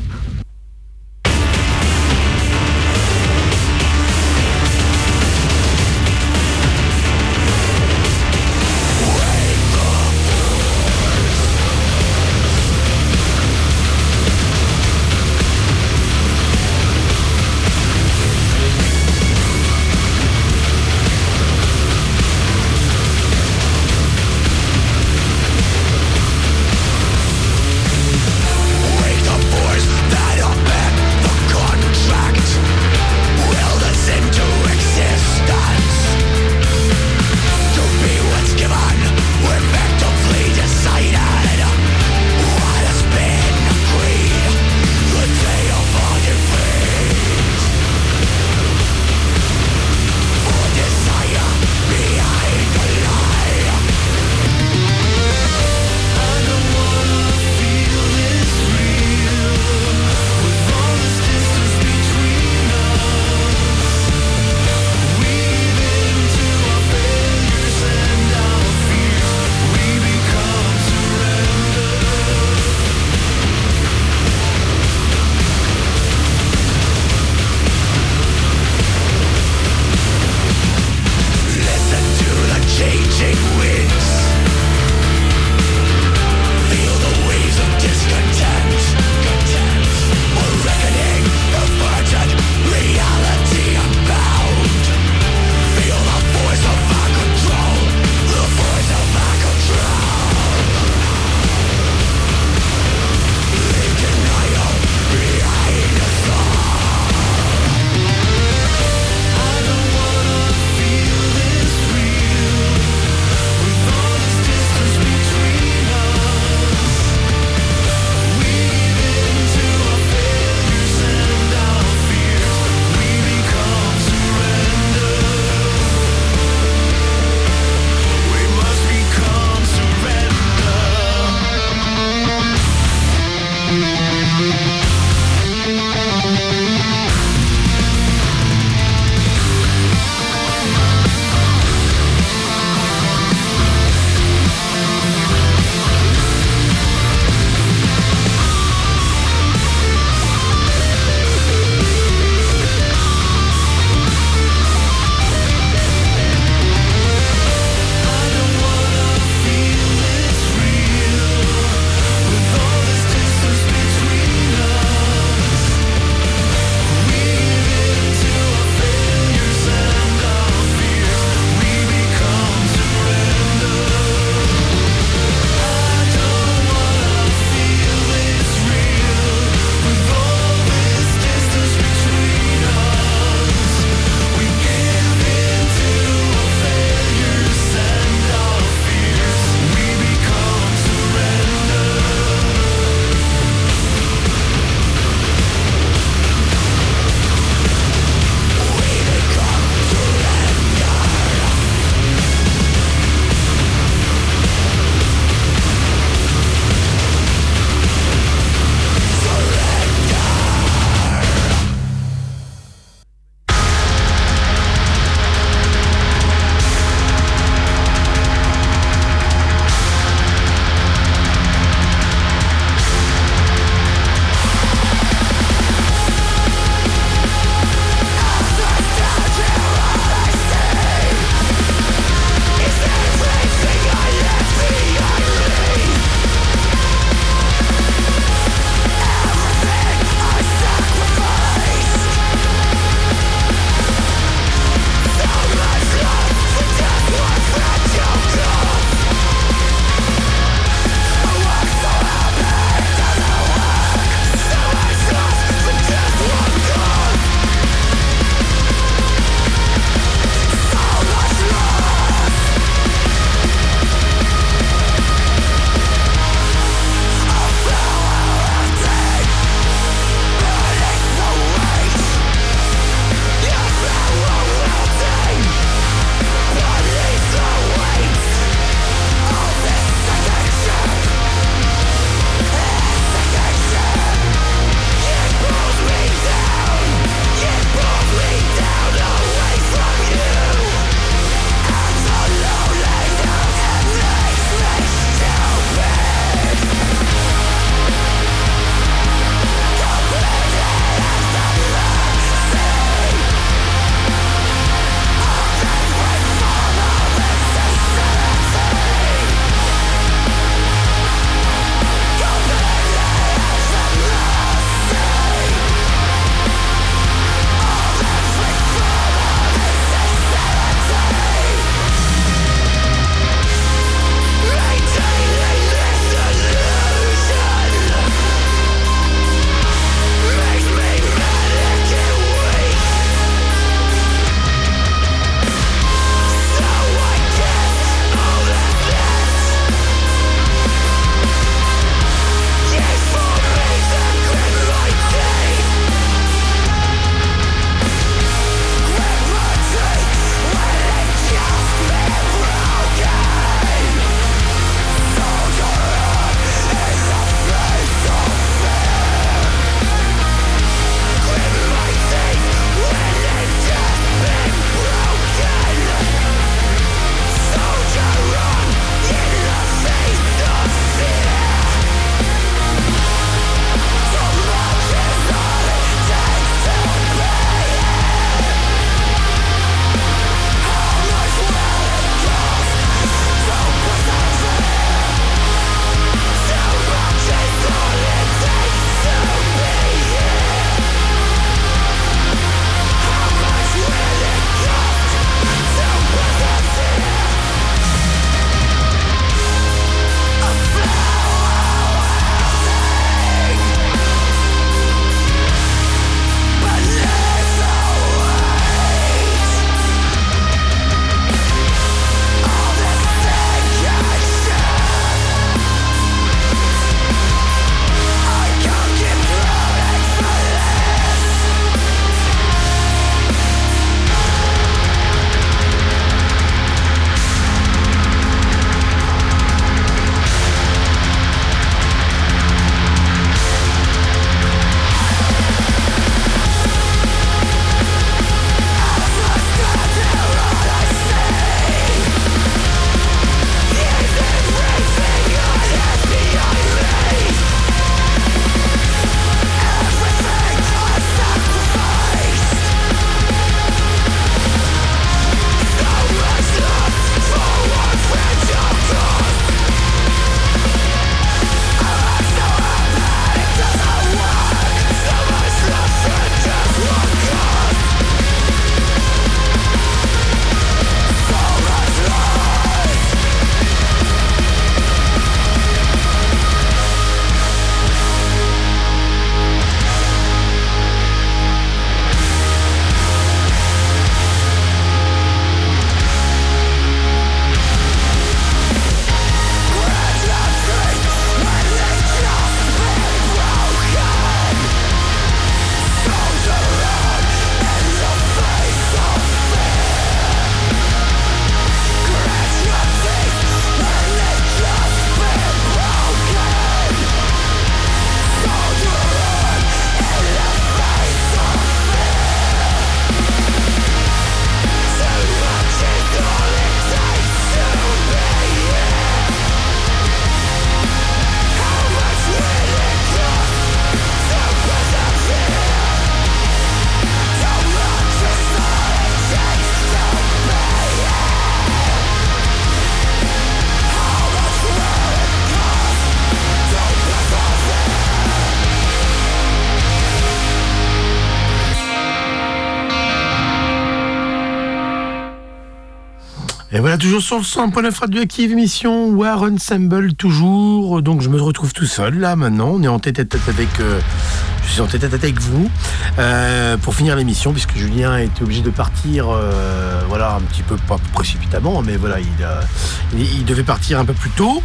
Et voilà, toujours sur le 100.9 Radioactive, émission War Ensemble, toujours. Donc je me retrouve tout seul là maintenant. On est en tête-à-tête avec. Je suis en tête-à-tête avec vous pour finir l'émission, puisque Julien était obligé de partir. Voilà, un petit peu pas précipitamment, mais voilà, il devait partir un peu plus tôt.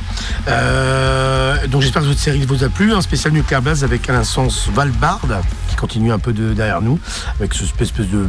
Donc j'espère que votre série vous a plu. Un spécial Nuclear Blast avec à l'instance Valbard qui continue un peu de derrière nous, avec ce espèce de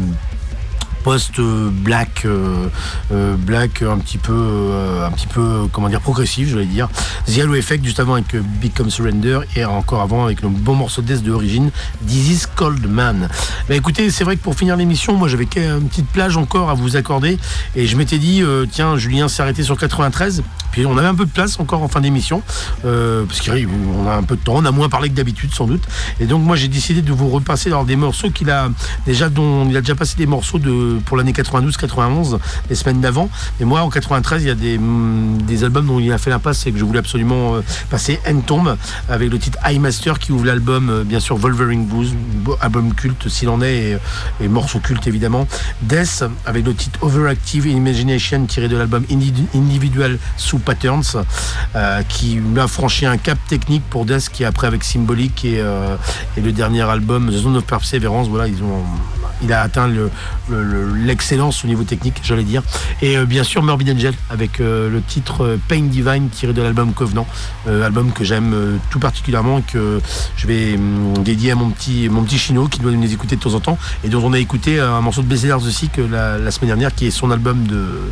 post-black, black un petit peu, comment dire, progressif, je vais dire. The Halo Effect, juste avant avec Become Surrender, et encore avant avec le bon morceau de Death de Origin, This is Cold Man. Bah écoutez, c'est vrai que pour finir l'émission, moi j'avais une petite plage encore à vous accorder, et je m'étais dit, tiens, Julien s'est arrêté sur 93, puis on avait un peu de place encore en fin d'émission, parce qu'on a un peu de temps, on a moins parlé que d'habitude sans doute, et donc moi j'ai décidé de vous repasser des morceaux dont il a déjà passé des morceaux pour l'année 92-91, les semaines d'avant. Et moi, en 93, il y a des albums dont il a fait l'impasse et que je voulais absolument passer. N-Tomb, avec le titre High Master qui ouvre l'album, bien sûr, Wolverine Blues, album culte s'il en est, et morceau culte évidemment. Death, avec le titre Overactive Imagination, tiré de l'album Individual Sous Patterns, qui a franchi un cap technique pour Death, qui après avec Symbolic et le dernier album, The Zone of Perseverance, voilà, il a atteint l'excellence au niveau technique, j'allais dire. Et bien sûr Morbid Angel avec le titre Pain Divine, tiré de l'album Covenant, album que j'aime tout particulièrement, que je vais dédier à mon petit Chino qui doit nous écouter de temps en temps, et dont on a écouté un morceau de Blazers aussi que la semaine dernière, qui est son album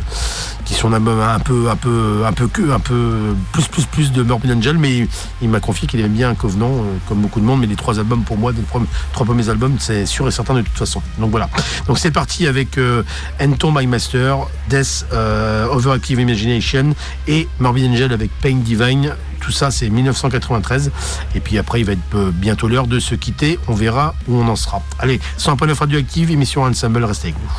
un peu plus de Morbid Angel, mais il m'a confié qu'il aimait bien Covenant, comme beaucoup de monde, mais les trois albums pour moi, trois premiers albums, c'est sûr et certain de toute façon. Donc voilà, donc c'est parti avec N-Tomb High Master, Death, Overactive Imagination et Morbid Angel avec Pain Divine. Tout ça c'est 1993, et puis après il va être bientôt l'heure de se quitter, on verra où on en sera. Allez, 100.9 Radioactive, émission Ensemble, restez avec nous.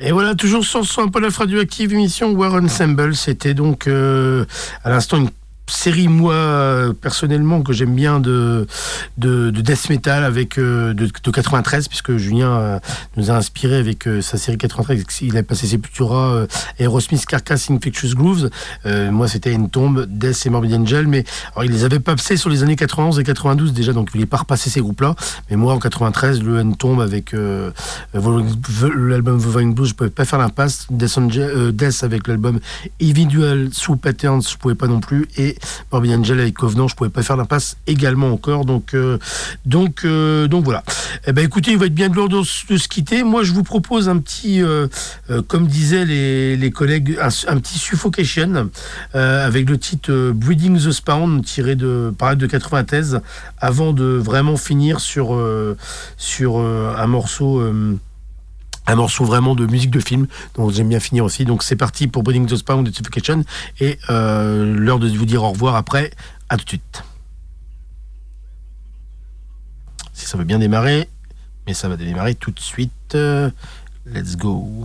Et voilà, toujours sur un peu la radioactive émission War Ensemble. C'était donc à l'instant une série, moi personnellement, que j'aime bien de death metal avec de 93, puisque Julien nous a inspiré avec sa série 93. Il a passé Sepultura, Aerosmith, Carcass, Infectious Grooves. Moi c'était Une Tombe, Death et Morbid Angel, mais alors, il les avait pas passés sur les années 91 et 92 déjà, donc il n'est pas repassé ces groupes-là. Mais moi en 93, le Une Tombe avec l'album Vovine Blues, je pouvais pas faire l'impasse. Death avec l'album Individual Through Patterns, je pouvais pas non plus. Et Morbid Angel avec Covenant, je pouvais pas faire l'impasse également encore. Donc voilà. Eh ben écoutez, il va être bien de l'ordre de se quitter. Moi, je vous propose un petit, comme disaient les collègues, un petit Suffocation avec le titre Breeding the Spawn, tiré de 93, avant de vraiment finir sur un morceau vraiment de musique de film, donc j'aime bien finir aussi. Donc c'est parti pour Breeding the Spawn de Suffocation, et l'heure de vous dire au revoir après. À tout de suite. Si ça veut bien démarrer, mais ça va démarrer tout de suite. Let's go.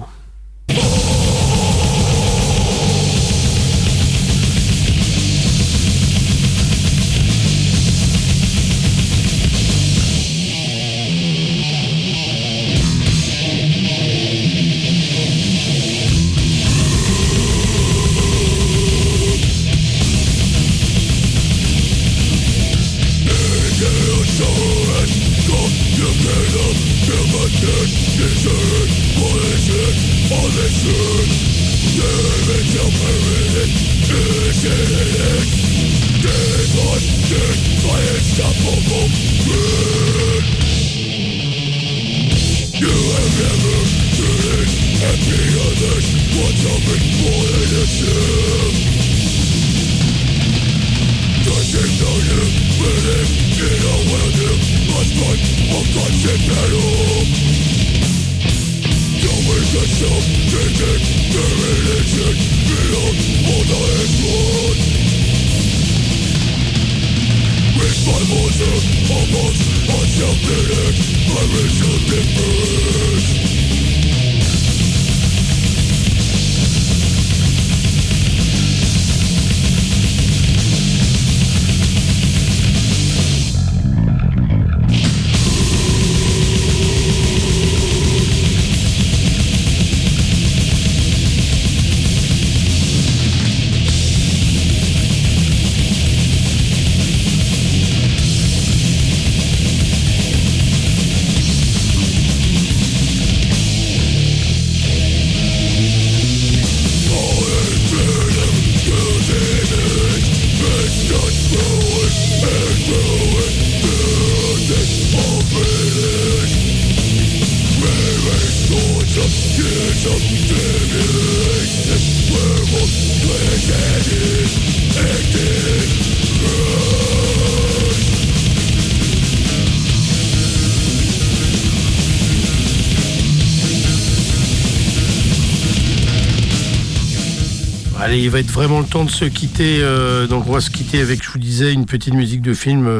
Allez, il va être vraiment le temps de se quitter. Donc on va se quitter avec, je vous disais, une petite musique de film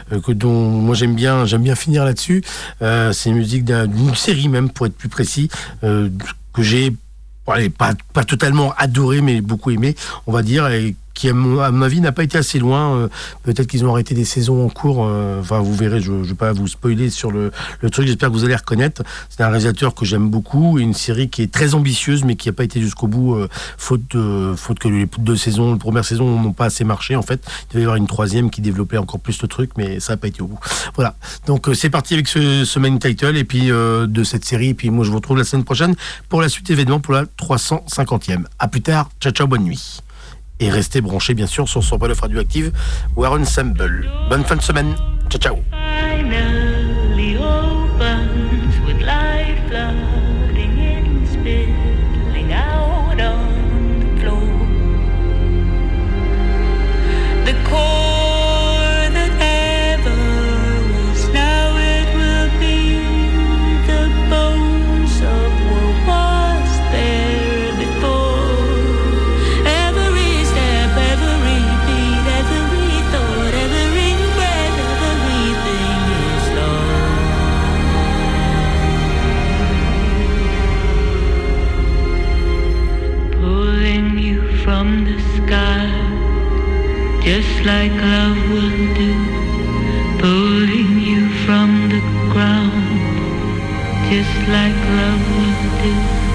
dont moi j'aime bien finir là-dessus. C'est une musique d'une série même, pour être plus précis, que j'ai pas totalement adoré, mais beaucoup aimé, on va dire, et qui à mon avis n'a pas été assez loin. Peut-être qu'ils ont arrêté des saisons en cours. Enfin, vous verrez, je ne vais pas vous spoiler sur le truc. J'espère que vous allez reconnaître. C'est un réalisateur que j'aime beaucoup, et une série qui est très ambitieuse, mais qui n'a pas été jusqu'au bout, faute que les premières saisons n'ont pas assez marché. En fait, il devait y avoir une troisième qui développait encore plus le truc, mais ça n'a pas été au bout. Voilà. Donc c'est parti avec ce main title et puis de cette série. Et puis moi, je vous retrouve la semaine prochaine pour la suite événement, pour la 350e. À plus tard. Ciao, ciao, bonne nuit. Et restez branchés, bien sûr, sur son Bref Radioactive, War Ensemble. Bonne fin de semaine. Ciao, ciao. Finally opens with light flooding in, spilling out on the floor. The core that ever was, now it will be the bones of what was there before. Every step, every beat, every thought, every breath, everything just like love will do, pulling you from the ground, just like love will do.